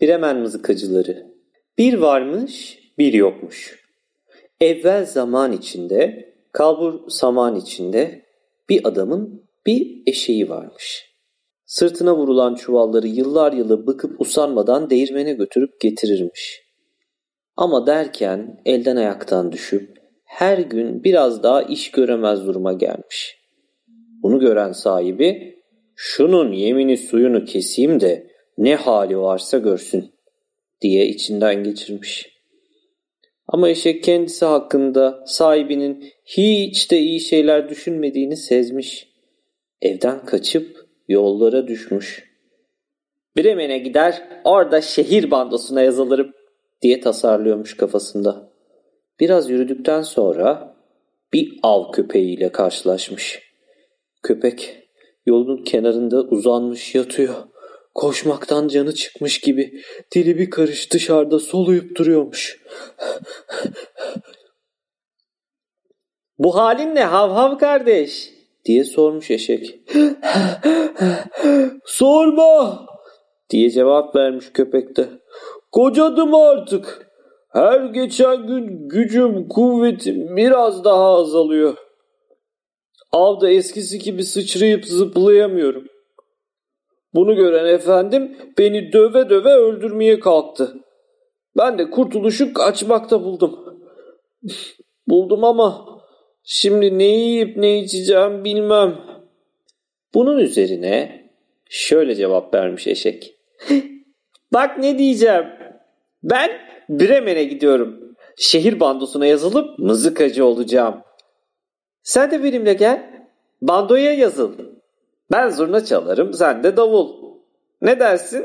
Bremen mızıkacıları. Bir varmış, bir yokmuş. Evvel zaman içinde, kalbur saman içinde bir adamın bir eşeği varmış. Sırtına vurulan çuvalları yıllar yılı bıkıp usanmadan değirmene götürüp getirirmiş. Ama derken elden ayaktan düşüp her gün biraz daha iş göremez duruma gelmiş. Bunu gören sahibi, şunun yemini suyunu keseyim de ne hali varsa görsün diye içinden geçirmiş. Ama eşek kendisi hakkında sahibinin hiç de iyi şeyler düşünmediğini sezmiş. Evden kaçıp yollara düşmüş. Bremen'e gider, orada şehir bandosuna yazılırım diye tasarlıyormuş kafasında. Biraz yürüdükten sonra bir av köpeğiyle karşılaşmış. Köpek yolun kenarında uzanmış yatıyor. Koşmaktan canı çıkmış gibi dili bir karış dışarıda soluyup duruyormuş. "Bu halin ne hav kardeş?" diye sormuş eşek. "Sorma!" diye cevap vermiş köpek de. "Kocadım artık. Her geçen gün gücüm, kuvvetim biraz daha azalıyor. Avda eskisi gibi sıçrayıp zıplayamıyorum. Bunu gören efendim beni döve döve öldürmeye kalktı. Ben de kurtuluşu kaçmakta buldum. Buldum ama şimdi ne yiyip ne içeceğim bilmem." Bunun üzerine şöyle cevap vermiş eşek. "Bak ne diyeceğim. Ben Bremen'e gidiyorum. Şehir bandosuna yazılıp mızıkacı olacağım. Sen de benimle gel. Bandoya yazıl. Ben zurna çalarım, sen de davul. Ne dersin?"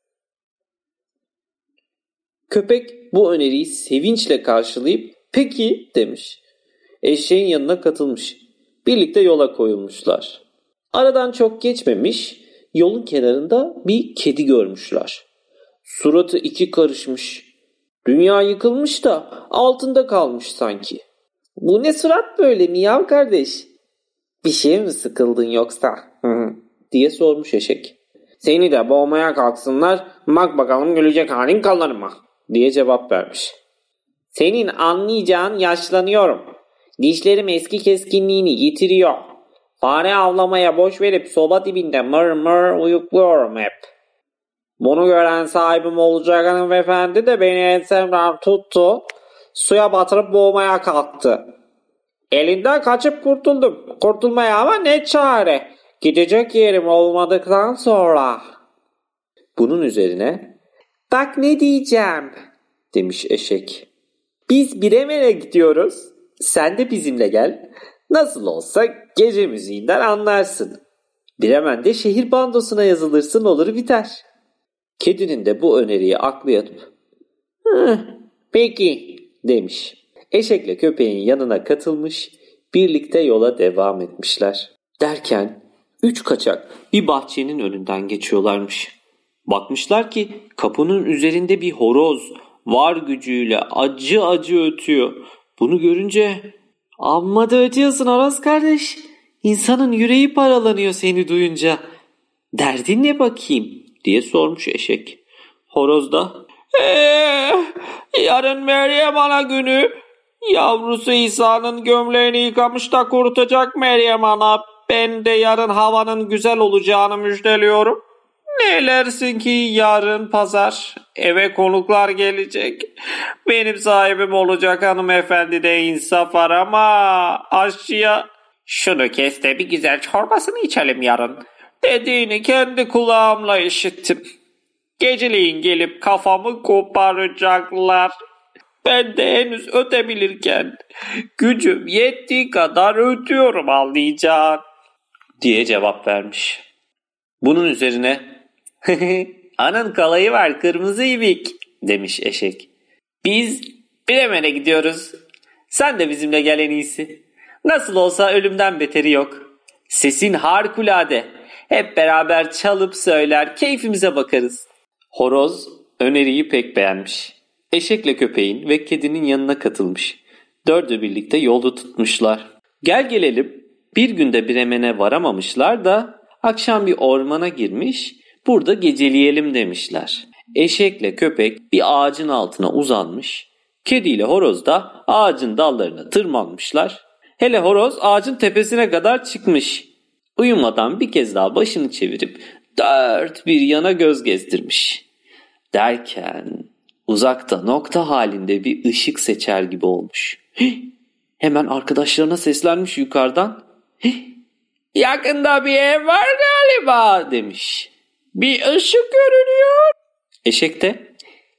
Köpek bu öneriyi sevinçle karşılayıp "Peki" demiş. Eşeğin yanına katılmış. Birlikte yola koyulmuşlar. Aradan çok geçmemiş, yolun kenarında bir kedi görmüşler. Suratı iki karışmış. Dünya yıkılmış da altında kalmış sanki. "Bu ne surat böyle miyav kardeş? Bir şeye mi sıkıldın yoksa?" diye sormuş eşek. "Seni de boğmaya kalksınlar, bak bakalım gülecek halin kalır mı?" diye cevap vermiş. "Senin anlayacağın yaşlanıyorum. Dişlerim eski keskinliğini yitiriyor. Fare avlamaya boş verip soba dibinde mır mır uyukluyorum hep. Bunu gören sahibim olacak hanımefendi de beni ensemden tuttu, suya batırıp boğmaya kalktı. Elinden kaçıp kurtuldum. Kurtulmaya ama ne çare. Gidecek yerim olmadıktan sonra." Bunun üzerine "Bak ne diyeceğim" demiş eşek. "Biz Bremen'e gidiyoruz. Sen de bizimle gel. Nasıl olsa gece müziğinden anlarsın. Bremen'de şehir bandosuna yazılırsın, olur biter." Kedinin de bu öneriyi aklı yatıp "Peki" demiş. Eşekle köpeğin yanına katılmış, birlikte yola devam etmişler. Derken 3 kaçak bir bahçenin önünden geçiyorlarmış. Bakmışlar ki kapının üzerinde bir horoz var gücüyle acı acı ötüyor. Bunu görünce "Amma da ötüyorsun horoz kardeş. İnsanın yüreği paralanıyor seni duyunca. Derdin ne bakayım?" diye sormuş eşek. Horoz da "Yarın Meryem Ana günü. Yavrusu İsa'nın gömleğini yıkamış da kurutacak Meryem Ana. Ben de yarın havanın güzel olacağını müjdeliyorum. Nelersin ki yarın pazar. Eve konuklar gelecek. Benim sahibim olacak hanımefendi de insaf var ama aşçıya şunu kes de bir güzel çorbasını içelim yarın dediğini kendi kulağımla işittim. Geceleyin gelip kafamı koparacaklar. Ben de henüz ötebilirken gücüm yettiği kadar ötüyorum anlayacağın" diye cevap vermiş. Bunun üzerine "Anın kalayı var kırmızı ibik" demiş eşek. "Biz Bremen'e gidiyoruz. Sen de bizimle gel en iyisi. Nasıl olsa ölümden beteri yok. Sesin harikulade. Hep beraber çalıp söyler, keyfimize bakarız." Horoz öneriyi pek beğenmiş. Eşekle köpeğin ve kedinin yanına katılmış. Dördü birlikte yolu tutmuşlar. Gel gelelim bir günde Bremen'e varamamışlar da akşam bir ormana girmiş, burada geceleyelim demişler. Eşekle köpek bir ağacın altına uzanmış. Kediyle horoz da ağacın dallarına tırmanmışlar. Hele horoz ağacın tepesine kadar çıkmış. Uyumadan bir kez daha başını çevirip dört bir yana göz gezdirmiş. Derken uzakta nokta halinde bir ışık seçer gibi olmuş. Hemen arkadaşlarına seslenmiş yukarıdan. Yakında bir ev var galiba demiş. Bir ışık görünüyor. Eşek de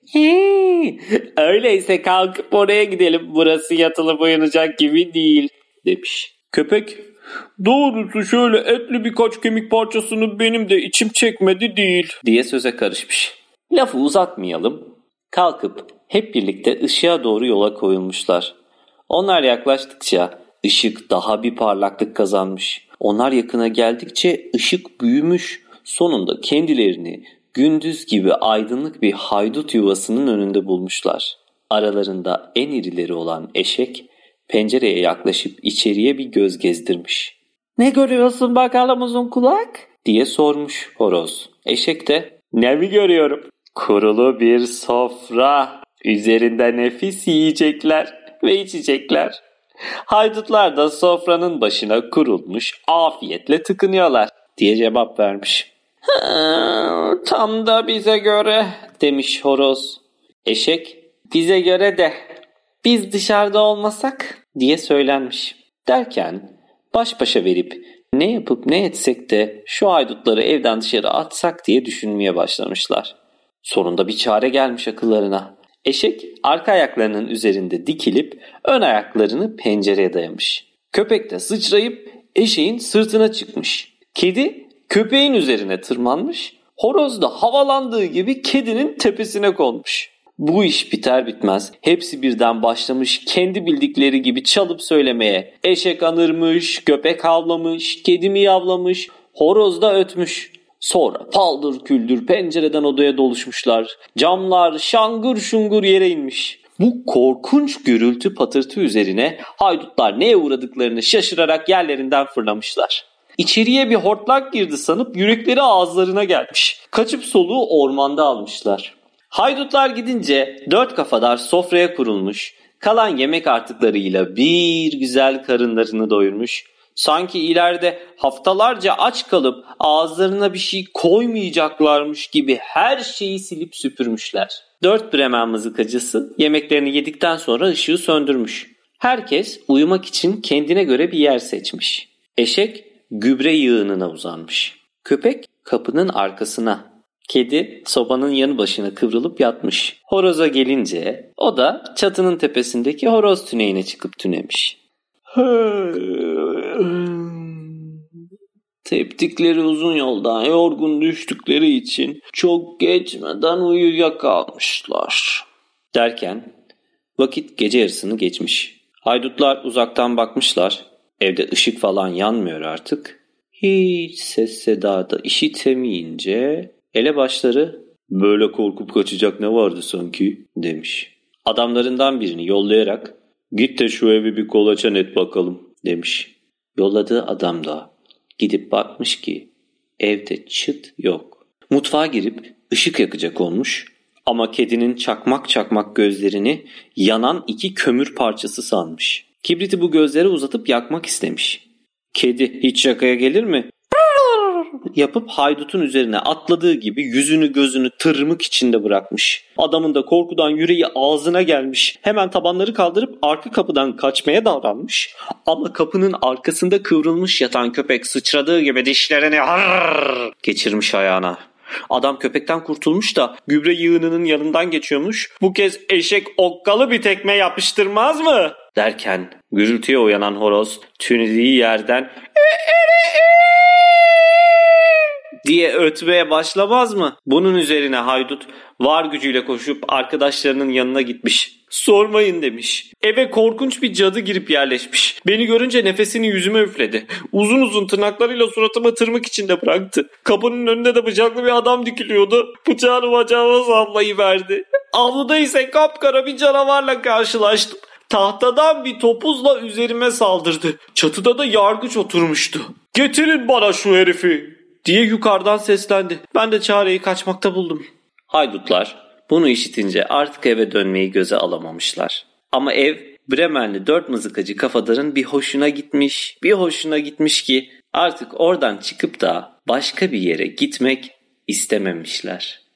öyleyse kalkıp oraya gidelim, burası yatılıp uyunacak gibi değil demiş. Köpek doğrusu şöyle etli birkaç kemik parçasını benim de içim çekmedi değil diye söze karışmış. Lafı uzatmayalım. Kalkıp hep birlikte ışığa doğru yola koyulmuşlar. Onlar yaklaştıkça ışık daha bir parlaklık kazanmış. Onlar yakına geldikçe ışık büyümüş. Sonunda kendilerini gündüz gibi aydınlık bir haydut yuvasının önünde bulmuşlar. Aralarında en irileri olan eşek pencereye yaklaşıp içeriye bir göz gezdirmiş. "Ne görüyorsun bakalım uzun kulak?" diye sormuş horoz. Eşek de "Ne mi görüyorum? Kurulu bir sofra, üzerinde nefis yiyecekler ve içecekler. Haydutlar da sofranın başına kurulmuş afiyetle tıkınıyorlar" diye cevap vermiş. "Tam da bize göre" demiş horoz. Eşek "Bize göre de biz dışarıda olmasak" diye söylenmiş. Derken baş başa verip ne yapıp ne etsek de şu haydutları evden dışarı atsak diye düşünmeye başlamışlar. Sonunda bir çare gelmiş akıllarına. Eşek arka ayaklarının üzerinde dikilip ön ayaklarını pencereye dayamış. Köpek de sıçrayıp eşeğin sırtına çıkmış. Kedi köpeğin üzerine tırmanmış. Horoz da havalandığı gibi kedinin tepesine konmuş. Bu iş biter bitmez hepsi birden başlamış kendi bildikleri gibi çalıp söylemeye. Eşek anırmış, köpek havlamış, kedi miyavlamış, horoz da ötmüş. Sonra paldır küldür pencereden odaya doluşmuşlar. Camlar şangır şungur yere inmiş. Bu korkunç gürültü patırtı üzerine haydutlar neye uğradıklarını şaşırarak yerlerinden fırlamışlar. İçeriye bir hortlak girdi sanıp yürekleri ağızlarına gelmiş. Kaçıp soluğu ormanda almışlar. Haydutlar gidince dört kafadar sofraya kurulmuş. Kalan yemek artıklarıyla bir güzel karınlarını doyurmuş. Sanki ileride haftalarca aç kalıp ağızlarına bir şey koymayacaklarmış gibi her şeyi silip süpürmüşler. 4 Bremen mızıkacısı yemeklerini yedikten sonra ışığı söndürmüş. Herkes uyumak için kendine göre bir yer seçmiş. Eşek gübre yığınına uzanmış. Köpek kapının arkasına. Kedi sobanın yanı başına kıvrılıp yatmış. Horoza gelince o da çatının tepesindeki horoz tüneyine çıkıp tünemiş. Teptikleri uzun yoldan yorgun düştükleri için çok geçmeden uyuyakalmışlar. Derken vakit gece yarısını geçmiş. Haydutlar uzaktan bakmışlar. Evde ışık falan yanmıyor artık. Hiç ses seda da işitemeyince elebaşları "Böyle korkup kaçacak ne vardı sanki?" demiş. Adamlarından birini yollayarak "Git de şu evi bir kolaçan et bakalım" demiş. Yolladığı adam da gidip bakmış ki evde çıt yok. Mutfağa girip ışık yakacak olmuş ama kedinin çakmak çakmak gözlerini yanan 2 kömür parçası sanmış. Kibriti bu gözlere uzatıp yakmak istemiş. Kedi hiç şakaya gelir mi? Yapıp haydutun üzerine atladığı gibi yüzünü gözünü tırmık içinde bırakmış. Adamın da korkudan yüreği ağzına gelmiş. Hemen tabanları kaldırıp arka kapıdan kaçmaya davranmış. Ama kapının arkasında kıvrılmış yatan köpek sıçradığı gibi dişlerini geçirmiş ayağına. Adam köpekten kurtulmuş da gübre yığınının yanından geçiyormuş. Bu kez eşek okkalı bir tekme yapıştırmaz mı? Derken gürültüye uyanan horoz tünediği yerden diye ötmeye başlamaz mı? Bunun üzerine haydut var gücüyle koşup arkadaşlarının yanına gitmiş. "Sormayın" demiş. "Eve korkunç bir cadı girip yerleşmiş. Beni görünce nefesini yüzüme üfledi. Uzun uzun tırnaklarıyla suratıma tırmık içinde bıraktı. Kapının önünde de bıçaklı bir adam dikiliyordu. Bıçağını bacağıma sallayıverdi. Avluda ise kapkara bir canavarla karşılaştım. Tahtadan bir topuzla üzerime saldırdı. Çatıda da yargıç oturmuştu. Getirin bana şu herifi" diye yukarıdan seslendi. Ben de çareyi kaçmakta buldum. Haydutlar bunu işitince artık eve dönmeyi göze alamamışlar. Ama ev Bremenli 4 mızıkacı kafadarın bir hoşuna gitmiş ki artık oradan çıkıp da başka bir yere gitmek istememişler.